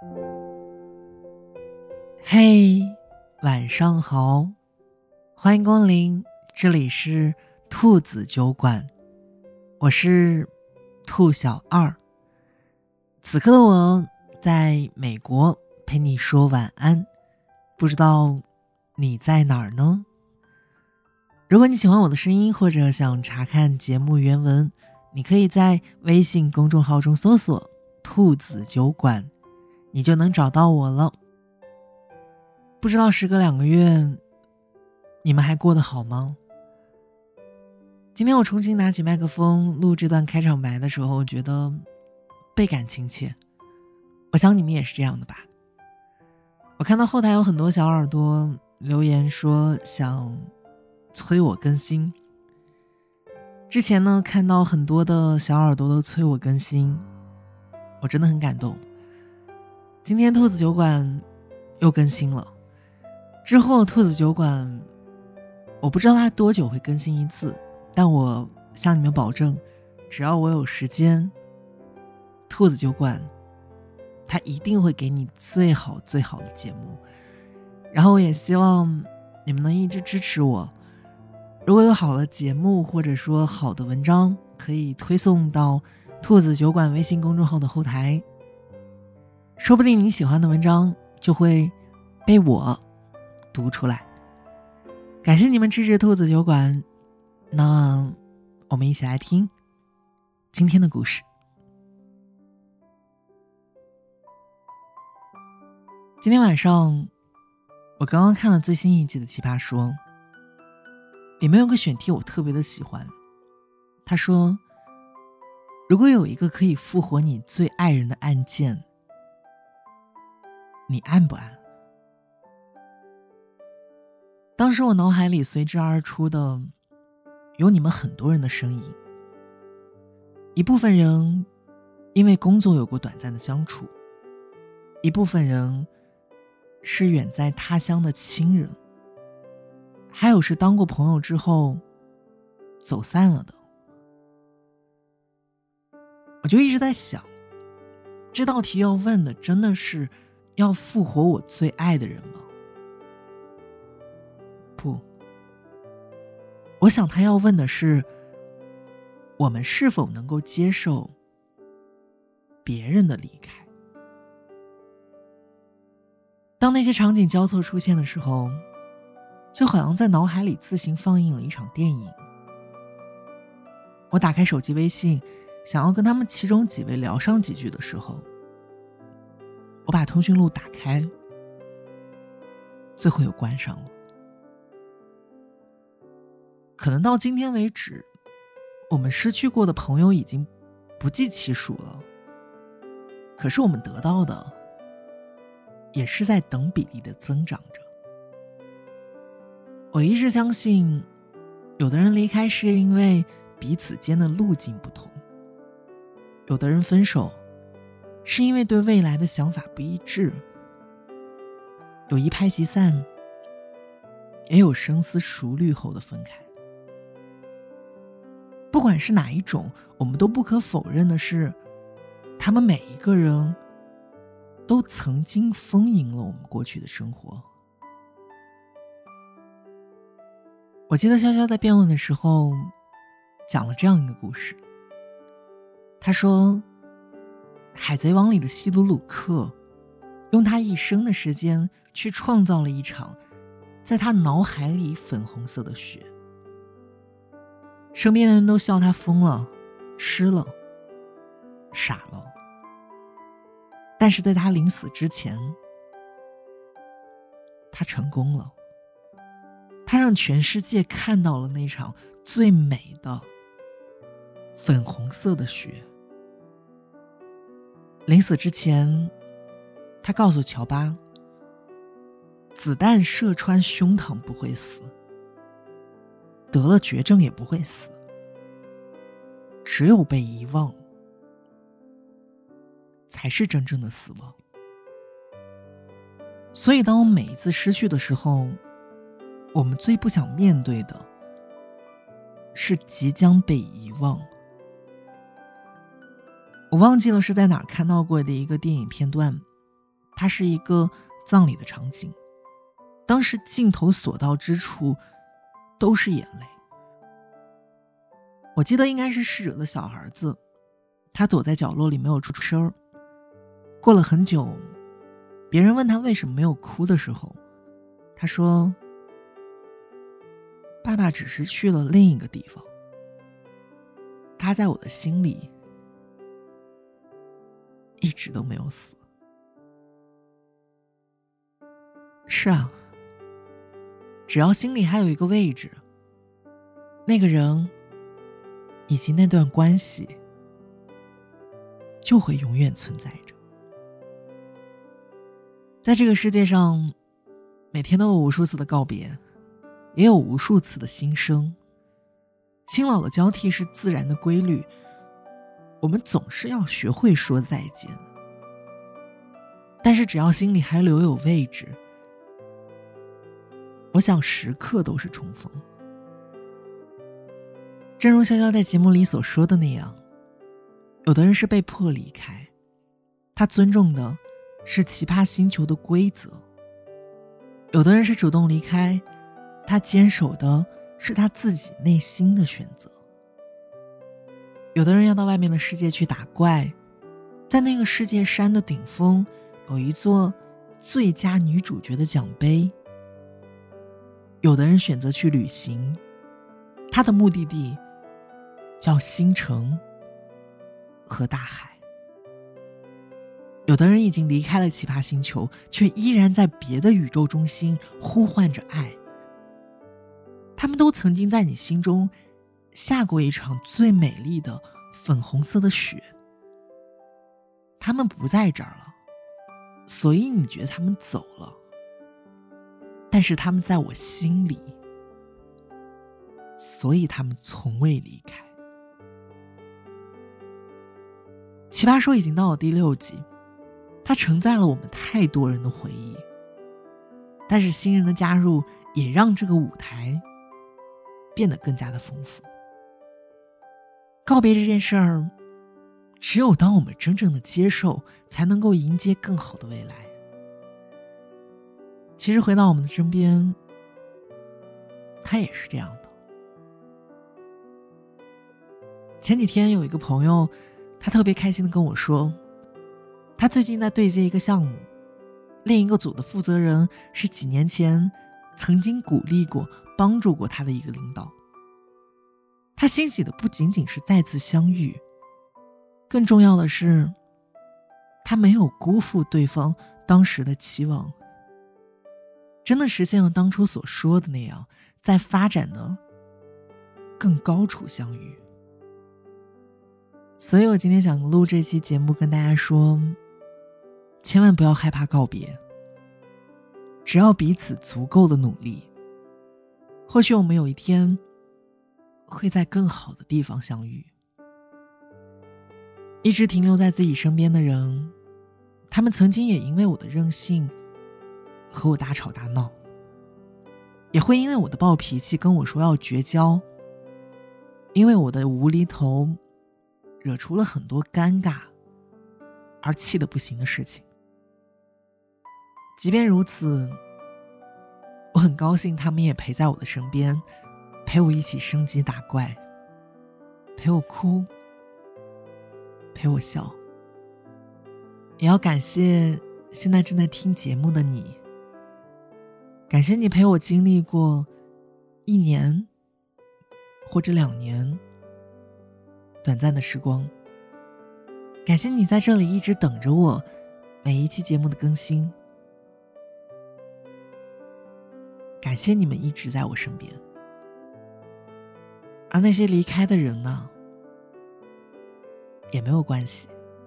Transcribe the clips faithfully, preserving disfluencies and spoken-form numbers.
嘿，晚上好，欢迎光临，这里是兔子酒馆，我是兔小二。此刻的我在美国陪你说晚安，不知道你在哪儿呢？如果你喜欢我的声音，或者想查看节目原文，你可以在微信公众号中搜索兔子酒馆，你就能找到我了。不知道时隔两个月，你们还过得好吗？今天我重新拿起麦克风录这段开场白的时候，觉得倍感亲切。我想你们也是这样的吧。我看到后台有很多小耳朵留言说想催我更新。之前呢，看到很多的小耳朵都催我更新，我真的很感动。今天兔子酒馆又更新了。之后兔子酒馆我不知道它多久会更新一次，但我向你们保证，只要我有时间，兔子酒馆它一定会给你最好最好的节目。然后我也希望你们能一直支持我，如果有好的节目或者说好的文章，可以推送到兔子酒馆微信公众号的后台，说不定你喜欢的文章就会被我读出来。感谢你们支持兔子酒馆，那我们一起来听今天的故事。今天晚上我刚刚看了最新一季的奇葩说，里面有个选题我特别的喜欢。他说，如果有一个可以复活你最爱人的按键，你按不按？当时我脑海里随之而出的有你们很多人的身影，一部分人因为工作有过短暂的相处，一部分人是远在他乡的亲人，还有是当过朋友之后走散了的。我就一直在想，这道题要问的真的是要复活我最爱的人吗？不，我想他要问的是，我们是否能够接受别人的离开。当那些场景交错出现的时候，就好像在脑海里自行放映了一场电影。我打开手机微信，想要跟他们其中几位聊上几句的时候，我把通讯录打开，最后又关上了。可能到今天为止，我们失去过的朋友已经不计其数了，可是我们得到的也是在等比例的增长着。我一直相信，有的人离开是因为彼此间的路径不同，有的人分手是因为对未来的想法不一致，有一拍即散，也有深思熟虑后的分开。不管是哪一种，我们都不可否认的是，他们每一个人都曾经丰盈了我们过去的生活。我记得潇潇在辩论的时候讲了这样一个故事。他说，海贼王里的希鲁鲁克用他一生的时间去创造了一场在他脑海里粉红色的雪，身边的人都笑他疯了，吃了，傻了。但是在他临死之前，他成功了。他让全世界看到了那场最美的粉红色的雪。临死之前，他告诉乔巴，子弹射穿胸膛不会死，得了绝症也不会死，只有被遗忘才是真正的死亡。所以当我每一次失去的时候，我们最不想面对的是即将被遗忘。我忘记了是在哪儿看到过的一个电影片段， 它是一个葬礼的场景，当时镜头所到之处都是眼泪。我记得应该是逝者的小儿子，他躲在角落里没有出声。过了很久，别人问他为什么没有哭的时候，他说爸爸只是去了另一个地方，他在我的心里一直都没有死。是啊，只要心里还有一个位置，那个人以及那段关系就会永远存在着。在这个世界上，每天都有无数次的告别，也有无数次的新生。新老的交替是自然的规律，我们总是要学会说再见。但是只要心里还留有位置，我想时刻都是重逢。正如潇潇在节目里所说的那样，有的人是被迫离开，他尊重的是奇葩星球的规则；有的人是主动离开，他坚守的是他自己内心的选择。有的人要到外面的世界去打怪，在那个世界山的顶峰有一座最佳女主角的奖杯。有的人选择去旅行，他的目的地叫星辰和大海。有的人已经离开了奇葩星球，却依然在别的宇宙中心呼唤着爱。他们都曾经在你心中下过一场最美丽的粉红色的雪。他们不在这儿了，所以你觉得他们走了，但是他们在我心里，所以他们从未离开。奇葩说已经到了第六集，它承载了我们太多人的回忆，但是新人的加入也让这个舞台变得更加的丰富。告别这件事儿，只有当我们真正的接受，才能够迎接更好的未来。其实回到我们的身边，它也是这样的。前几天有一个朋友，他特别开心地跟我说，他最近在对接一个项目，另一个组的负责人是几年前曾经鼓励过帮助过他的一个领导。他欣喜的不仅仅是再次相遇，更重要的是他没有辜负对方当时的期望，真的实现了当初所说的那样，在发展的更高处相遇。所以我今天想录这期节目跟大家说，千万不要害怕告别，只要彼此足够的努力，或许我们有一天会在更好的地方相遇。一直停留在自己身边的人，他们曾经也因为我的任性和我大吵大闹，也会因为我的暴脾气跟我说要绝交，因为我的无厘头惹出了很多尴尬而气得不行的事情。即便如此，我很高兴他们也陪在我的身边，陪我一起升级打怪，陪我哭，陪我笑。也要感谢现在正在听节目的你，感谢你陪我经历过一年或者两年短暂的时光，感谢你在这里一直等着我每一期节目的更新，感谢你们一直在我身边。而那些离开的人呢，也没有关系。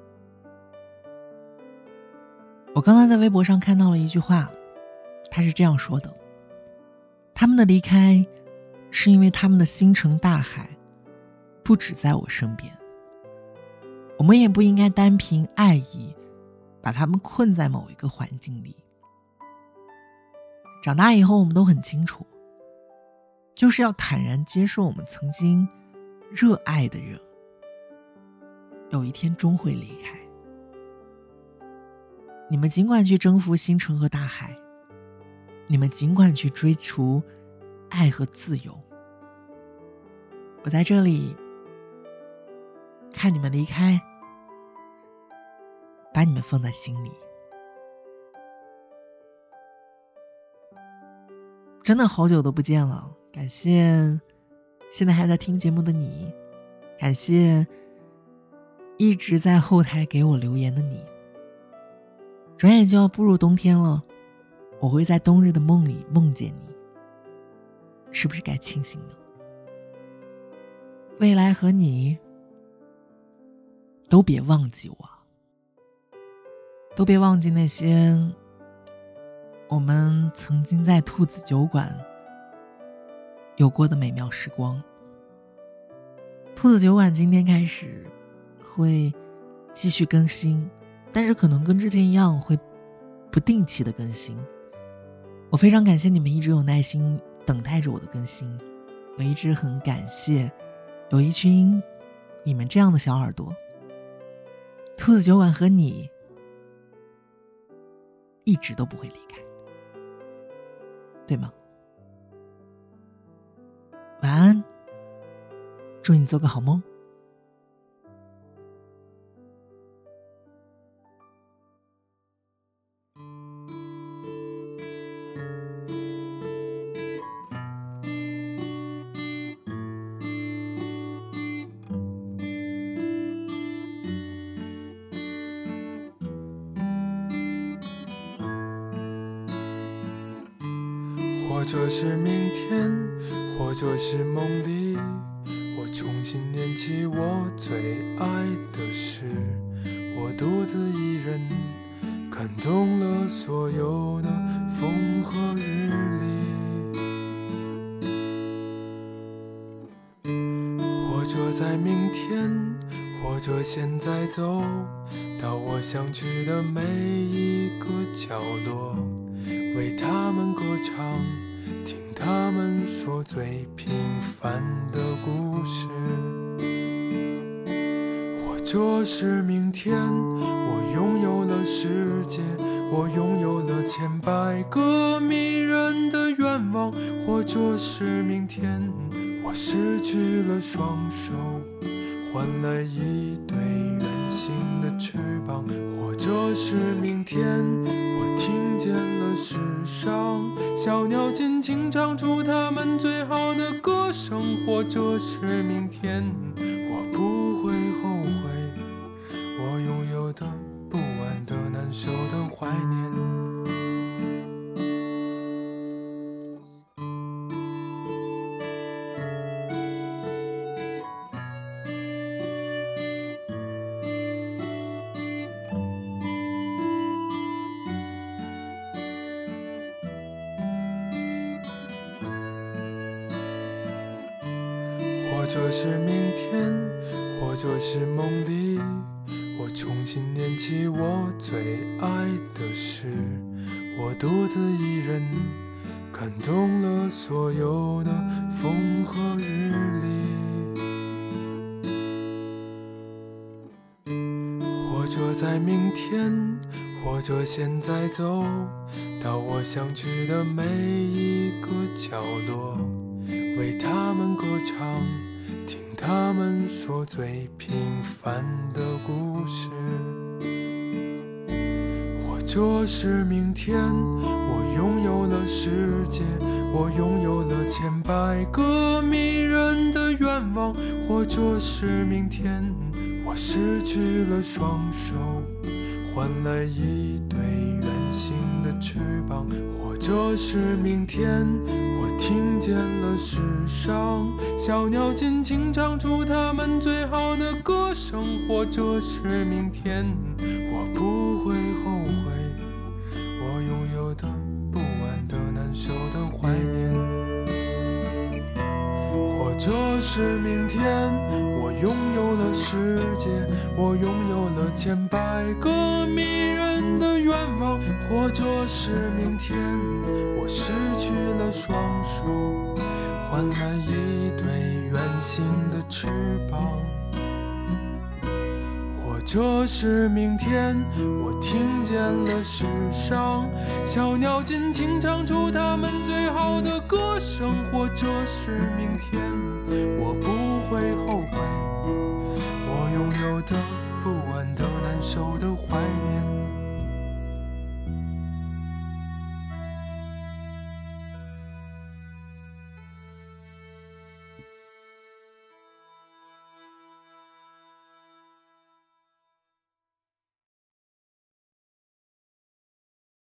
我刚才在微博上看到了一句话，他是这样说的：他们的离开是因为他们的星辰大海不止在我身边，我们也不应该单凭爱意把他们困在某一个环境里。长大以后我们都很清楚，就是要坦然接受我们曾经热爱的人有一天终会离开。 你们尽管去征服星辰和大海，你们尽管去追逐爱和自由。我在这里看你们离开，把你们放在心里。真的好久都不见了，感谢现在还在听节目的你，感谢一直在后台给我留言的你。转眼就要步入冬天了，我会在冬日的梦里梦见你，是不是该庆幸呢？未来和你都别忘记我，都别忘记那些我们曾经在兔子酒馆有过的美妙时光。兔子酒馆今天开始会继续更新，但是可能跟之前一样会不定期的更新。我非常感谢你们一直有耐心等待着我的更新，我一直很感谢有一群你们这样的小耳朵。兔子酒馆和你一直都不会离开，对吗？晚安，祝你做个好梦。 或者是明天，或者是梦里，我重新念起我最爱的事。我独自一人看懂了所有的风和日丽。或者在明天，或者现在走到我想去的每一个角落，为他们歌唱，听他们说最平凡的故事。或者是明天，我拥有了世界，我拥有了千百个迷人的愿望。或者是明天，我失去了双手，换来一对圆形的翅膀。或者是明天，我听见了世上小鸟尽情唱出它们最好的歌声。或者是明天，我不会后悔我拥有的不安的难受的怀念。或者是明天，或者是梦里，我重新念起我最爱的事。我独自一人看懂了所有的风和日丽。或者在明天，或者现在走到我想去的每一个角落，为他们歌唱，听他们说最平凡的故事。或者是明天，我拥有了世界，我拥有了千百个迷人的愿望。或者是明天，我失去了双手，换来一对圆形的翅膀。或者是明天，我听见了世上小鸟尽情唱出它们最好的歌声。或者是明天，我不会后悔我拥有的不安的难受的怀念。或者是明天，我拥有了世界，我拥有了千百个迷人的愿望。或者是明天，我失去了双手，换来一对圆形的翅膀。或者是明天，我听见见了世上，小鸟尽情唱出它们最好的歌声。或者是明天，我不会后悔我拥有的、不安的、难受的、坏